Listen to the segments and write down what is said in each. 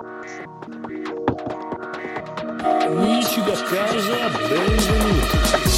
Amici da casa, benvenuti.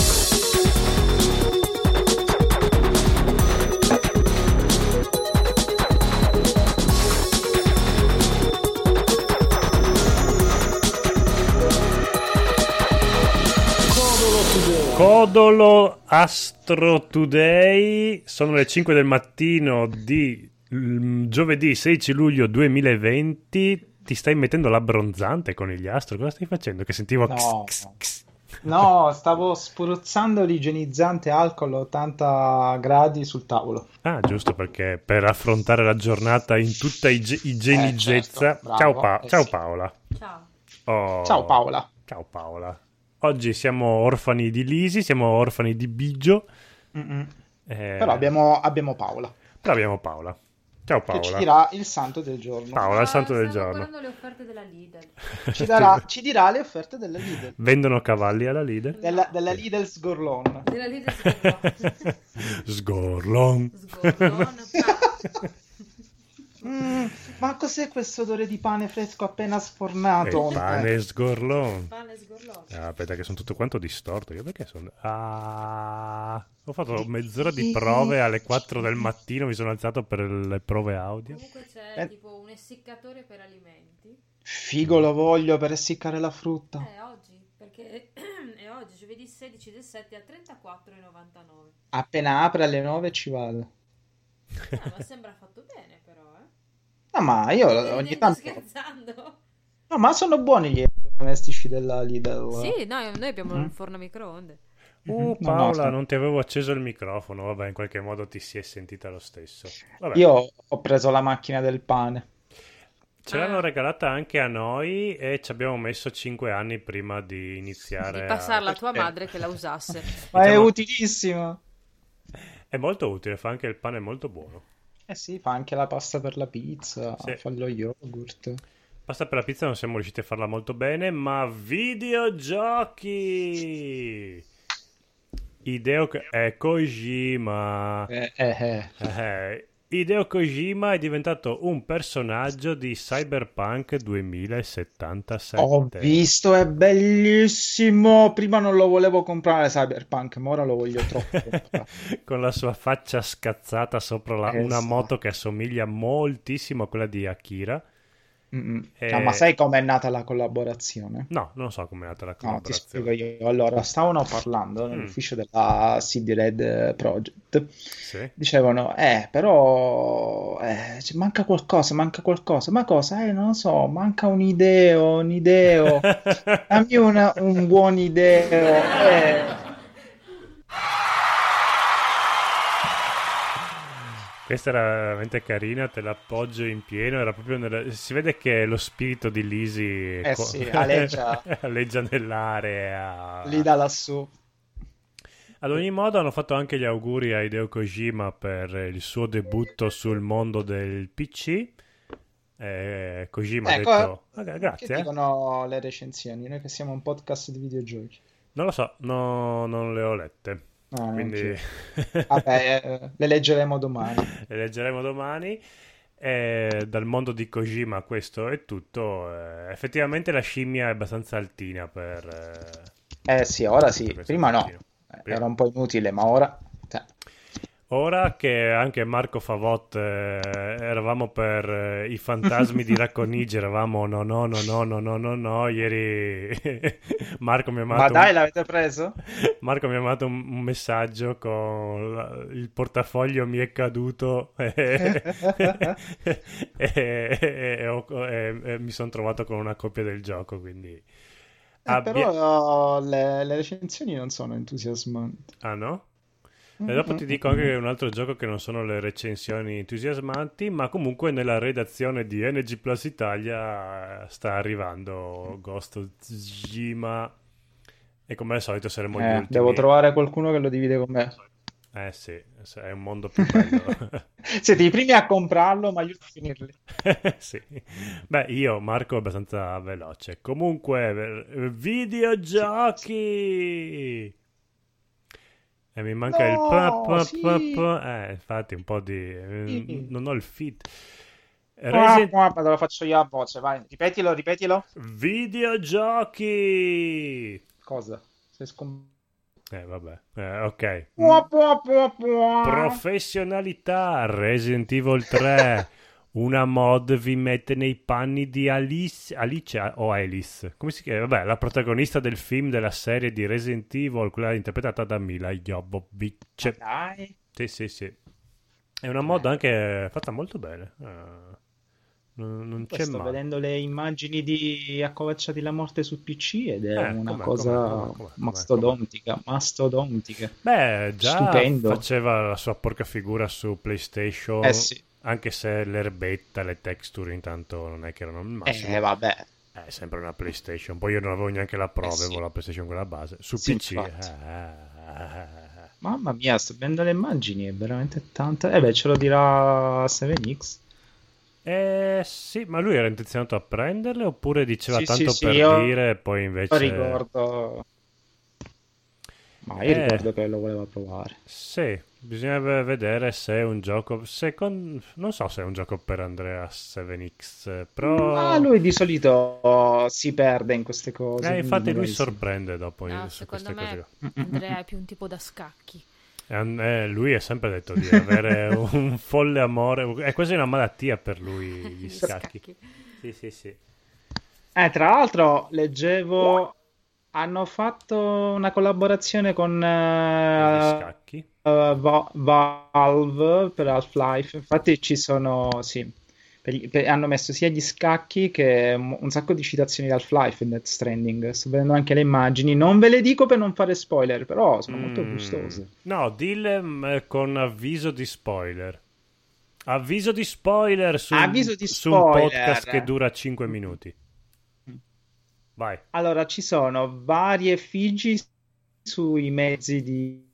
Codolo Astro Today, sono le 5 del mattino di giovedì 16 luglio 2020. Ti stai mettendo l'abbronzante con gli astro? Cosa stai facendo? Che sentivo No, stavo spruzzando l'igienizzante alcol a 80 gradi sul tavolo. Ah, giusto, perché per affrontare la giornata in tutta igienizzezza. Certo, Ciao, bravo, ciao sì. Paola. Ciao. Oh, Ciao Paola. Ciao Paola. Oggi siamo orfani di Lisi, siamo orfani di Biggio. Però abbiamo Paola, Però abbiamo Paola. Ciao che ci Paola. dirà il santo del giorno. Paola, il santo del Stavo giorno. guardando le offerte della Lidl. Ci dirà le offerte della Lidl. Vendono cavalli alla Lidl? Della Lidl Sgorlon. Della Lidl Sgorlon. Sgorlon. Sgorlon. Ma cos'è questo odore di pane fresco appena sfornato? Il pane sgorlon. Pane Sgorlon. Aspetta che sono tutto quanto distorto. Io perché sono... Ho fatto mezz'ora di prove alle 4 del mattino. Mi sono alzato per le prove audio. Comunque c'è tipo un essiccatore per alimenti. Figo, lo voglio per essiccare la frutta. Oggi, perché è oggi, giovedì 16 del 7 a 34,99. Appena apre alle 9 ci vado. Ma sembra fatto bene però, No, ma io ogni Sto tanto... scherzando? No, ma sono buoni gli elettrodomestici della Lidl. Sì, no, noi abbiamo il forno a microonde. No, Paola, no. non ti avevo acceso il microfono. Vabbè, in qualche modo ti si è sentita lo stesso. Vabbè. Io ho preso la macchina del pane. Ce l'hanno regalata anche a noi e ci abbiamo messo 5 anni prima di iniziare Di passarla a tua Perché? madre che la usasse. Ma è Diciamo- utilissima. È molto utile, fa anche il pane molto buono. Eh sì, fa anche la pasta per la pizza, Sì. fa lo yogurt. Pasta per la pizza non siamo riusciti a farla molto bene, ma videogiochi! Kojima. Hideo Kojima è diventato un personaggio di Cyberpunk 2077. Ho visto, è bellissimo. Prima non lo volevo comprare Cyberpunk, ma ora lo voglio troppo comprare. Con la sua faccia scazzata sopra una Esatto. moto che assomiglia moltissimo a quella di Akira. No, ma sai com'è nata la collaborazione? No, non so come è nata la No, ti spiego collaborazione. io. Allora, stavano parlando nell'ufficio della CD Red Project. Sì. Dicevano, però manca qualcosa. Ma cosa? Non lo so, manca un ideo. Dammi un buon ideo. Questa era veramente carina, te l'appoggio in pieno, era proprio si vede che lo spirito di Lisi Sì, aleggia alleggia nell'area. lì da lassù. Ad ogni modo hanno fatto anche gli auguri a Hideo Kojima per il suo debutto sul mondo del PC. Kojima ha Ecco, detto che grazie. dicono le recensioni? Noi che siamo un podcast di videogiochi. Non lo so, non le ho lette. No, Quindi neanch'io. Vabbè, le leggeremo domani. le leggeremo domani. Dal mondo di Kojima questo è tutto. Effettivamente la scimmia è abbastanza altina per... Sì, ora per sì. questo Prima no. giochino. Prima. Era un po' inutile, ma ora... Ora che anche Marco Favot eravamo per i fantasmi di Racconigi, eravamo no, ieri Marco mi ha Ma mandato dai, l'avete preso? Marco mi ha mandato un messaggio con il portafoglio mi è caduto e mi sono trovato con una copia del gioco, quindi Però le recensioni non sono entusiasmanti. Ah no? E dopo ti dico anche che è un altro gioco che non sono le recensioni entusiasmanti, ma comunque nella redazione di NG Plus Italia sta arrivando Ghost of Tsushima e come al solito saremo gli ultimi. Devo trovare qualcuno che lo divide con me. Sì, è un mondo più bello. Siete i primi a comprarlo, ma io a finirli. Sì. Beh, Marco, è abbastanza veloce. Comunque, videogiochi! E mi manca No, sì. infatti un po' di... Sì. non ho il feed. Ma te lo faccio io a voce, vai. Ripetilo. Videogiochi! Cosa? Sei Vabbè. Ok. Pua, pua, pua, pua. Professionalità, Resident Evil 3. Una mod vi mette nei panni di Alice o Alice, come si chiama? Vabbè, la protagonista del film della serie di Resident Evil, quella interpretata da Mila Jovovich. Dai. Sì. È una mod anche fatta molto bene. Non c'è Sto male. vedendo le immagini di Accovacciati la morte su PC ed è una Com'è, cosa com'è? mastodontica. Beh, già Stupendo. faceva la sua porca figura su PlayStation, Sì. anche se l'erbetta, le texture intanto non è che erano il massimo. Vabbè. È sempre una PlayStation. Poi io non avevo neanche la Pro, Sì. avevo la PlayStation quella base. Su Sì, PC. infatti. Mamma mia, sto vedendo le immagini, è veramente tanta. Ce lo dirà 7X. Sì, ma lui era intenzionato a prenderle oppure diceva Sì, tanto sì, per io dire e poi invece... ricordo. Ma io ricordo che lo voleva provare. Sì, bisogna vedere se è un gioco... Non so se è un gioco per Andrea 7X, però... Ma lui di solito si perde in queste cose. quindi infatti lui magari sì. sorprende dopo No, su secondo queste cose. me Andrea è più un tipo da scacchi. Lui ha sempre detto di avere un folle amore, è quasi una malattia per lui gli scacchi. Sì. Tra l'altro, leggevo, hanno fatto una collaborazione con Gli scacchi. Valve per Half-Life. Infatti ci sono, sì, hanno messo sia gli scacchi che un sacco di citazioni di Half-Life in Death Stranding. Sto vedendo anche le immagini. Non ve le dico per non fare spoiler, però sono molto gustose. No, dille con avviso di spoiler. Avviso di spoiler su un podcast che dura 5 minuti. Vai. Allora, ci sono varie effigie sui mezzi di...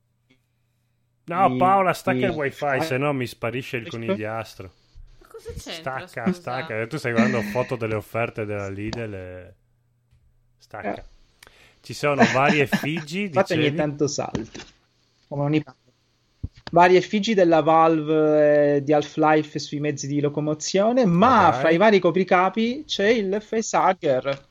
No, Paola, stacca il wifi, se no mi sparisce il conigliastro. Ma cosa c'entra? Stacca. Tu stai guardando foto delle offerte della Lidl. Stacca. Ci sono varie effigie, Infatti ogni dicevi? tanto salti. Come ogni... Varie effigie della Valve di Half-Life sui mezzi di locomozione, ma fra i vari copricapi c'è il facehugger.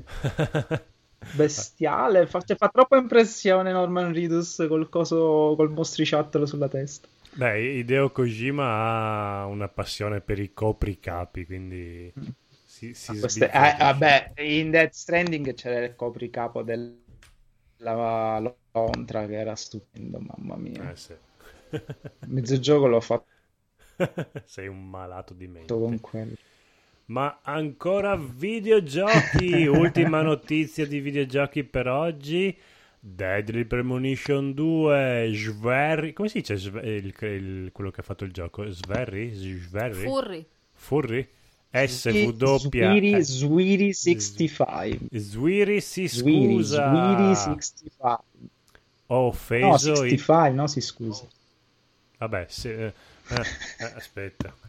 Bestiale, fa troppa impressione Norman Reedus col mostriciattolo sulla testa. Beh, Hideo Kojima ha una passione per i copricapi, quindi si vabbè, in Death Stranding c'era il copricapo della Lontra che era stupendo, mamma mia. Sì. Mezzo gioco l'ho fatto Sei un malato di mente. con quello. Ma ancora videogiochi. Ultima notizia di videogiochi per oggi. Deadly Premonition 2. Sverri. Come si dice quello che ha fatto il gioco? Sverri? Furry? Swiri 65. Swiri si scusa. Swiri 65. Ho offeso. No, 65, no, si scusa. Vabbè, aspetta.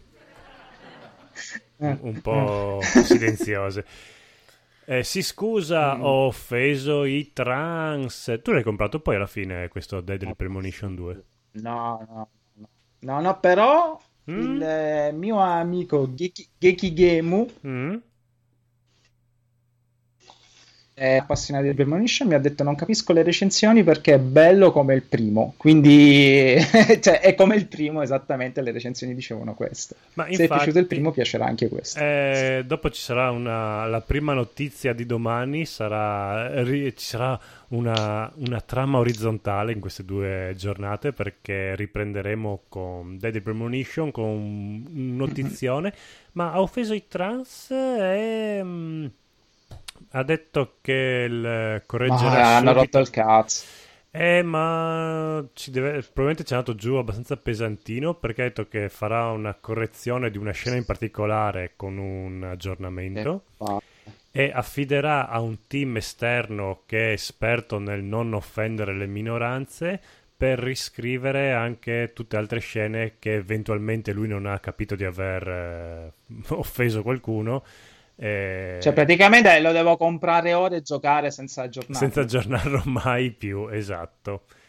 Un po' silenziose. Si scusa, ho offeso i trans. Tu l'hai comprato poi alla fine questo Deadly Premonition 2? No, però il mio amico Gekigemu è appassionato di Premonition, mi ha detto non capisco le recensioni perché è bello come il primo, quindi cioè, è come il primo esattamente, le recensioni dicevano questo. Ma se è piaciuto il primo piacerà anche questo. Dopo ci sarà la prima notizia di domani, ci sarà una trama orizzontale in queste 2 giornate perché riprenderemo con Deadly Premonition con un notizione, ma ha offeso i trans e... ha detto che correggerà hanno rotto il cazzo. Ma probabilmente ci è andato giù abbastanza pesantino perché ha detto che farà una correzione di una scena in particolare con un aggiornamento e affiderà a un team esterno che è esperto nel non offendere le minoranze per riscrivere anche tutte altre scene che eventualmente lui non ha capito di aver offeso qualcuno. Cioè praticamente lo devo comprare ora e giocare senza aggiornarlo. Senza aggiornarlo mai più, esatto.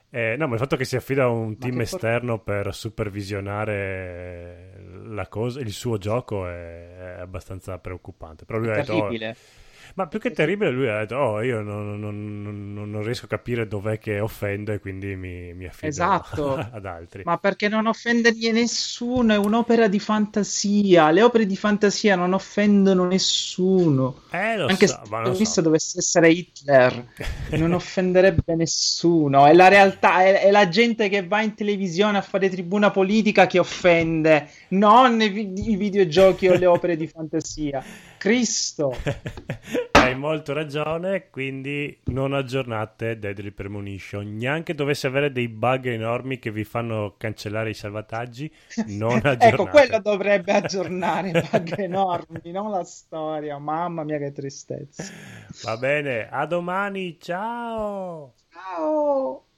No, ma il fatto che si affida a un Ma team che esterno per supervisionare la cosa, il suo gioco è abbastanza preoccupante. Però lui è ha detto, terribile. ma più che terribile, lui ha detto, io non riesco a capire dov'è che offendo e quindi mi affido Esatto. ad altri. Ma perché non offendergli nessuno? È un'opera di fantasia. Le opere di fantasia non offendono nessuno. Lo Anche se so, il ma non so. protagonista dovesse essere Hitler, non offenderebbe nessuno. È la realtà, è la gente che va in televisione a fare tribuna politica che offende, non i videogiochi o le opere di fantasia. Cristo! Hai molto ragione, quindi non aggiornate Deadly Premonition. Neanche dovesse avere dei bug enormi che vi fanno cancellare i salvataggi, non Ecco, quello aggiornate. dovrebbe aggiornare bug enormi, non la storia. Mamma mia, che tristezza. Va bene, a domani, ciao! Ciao!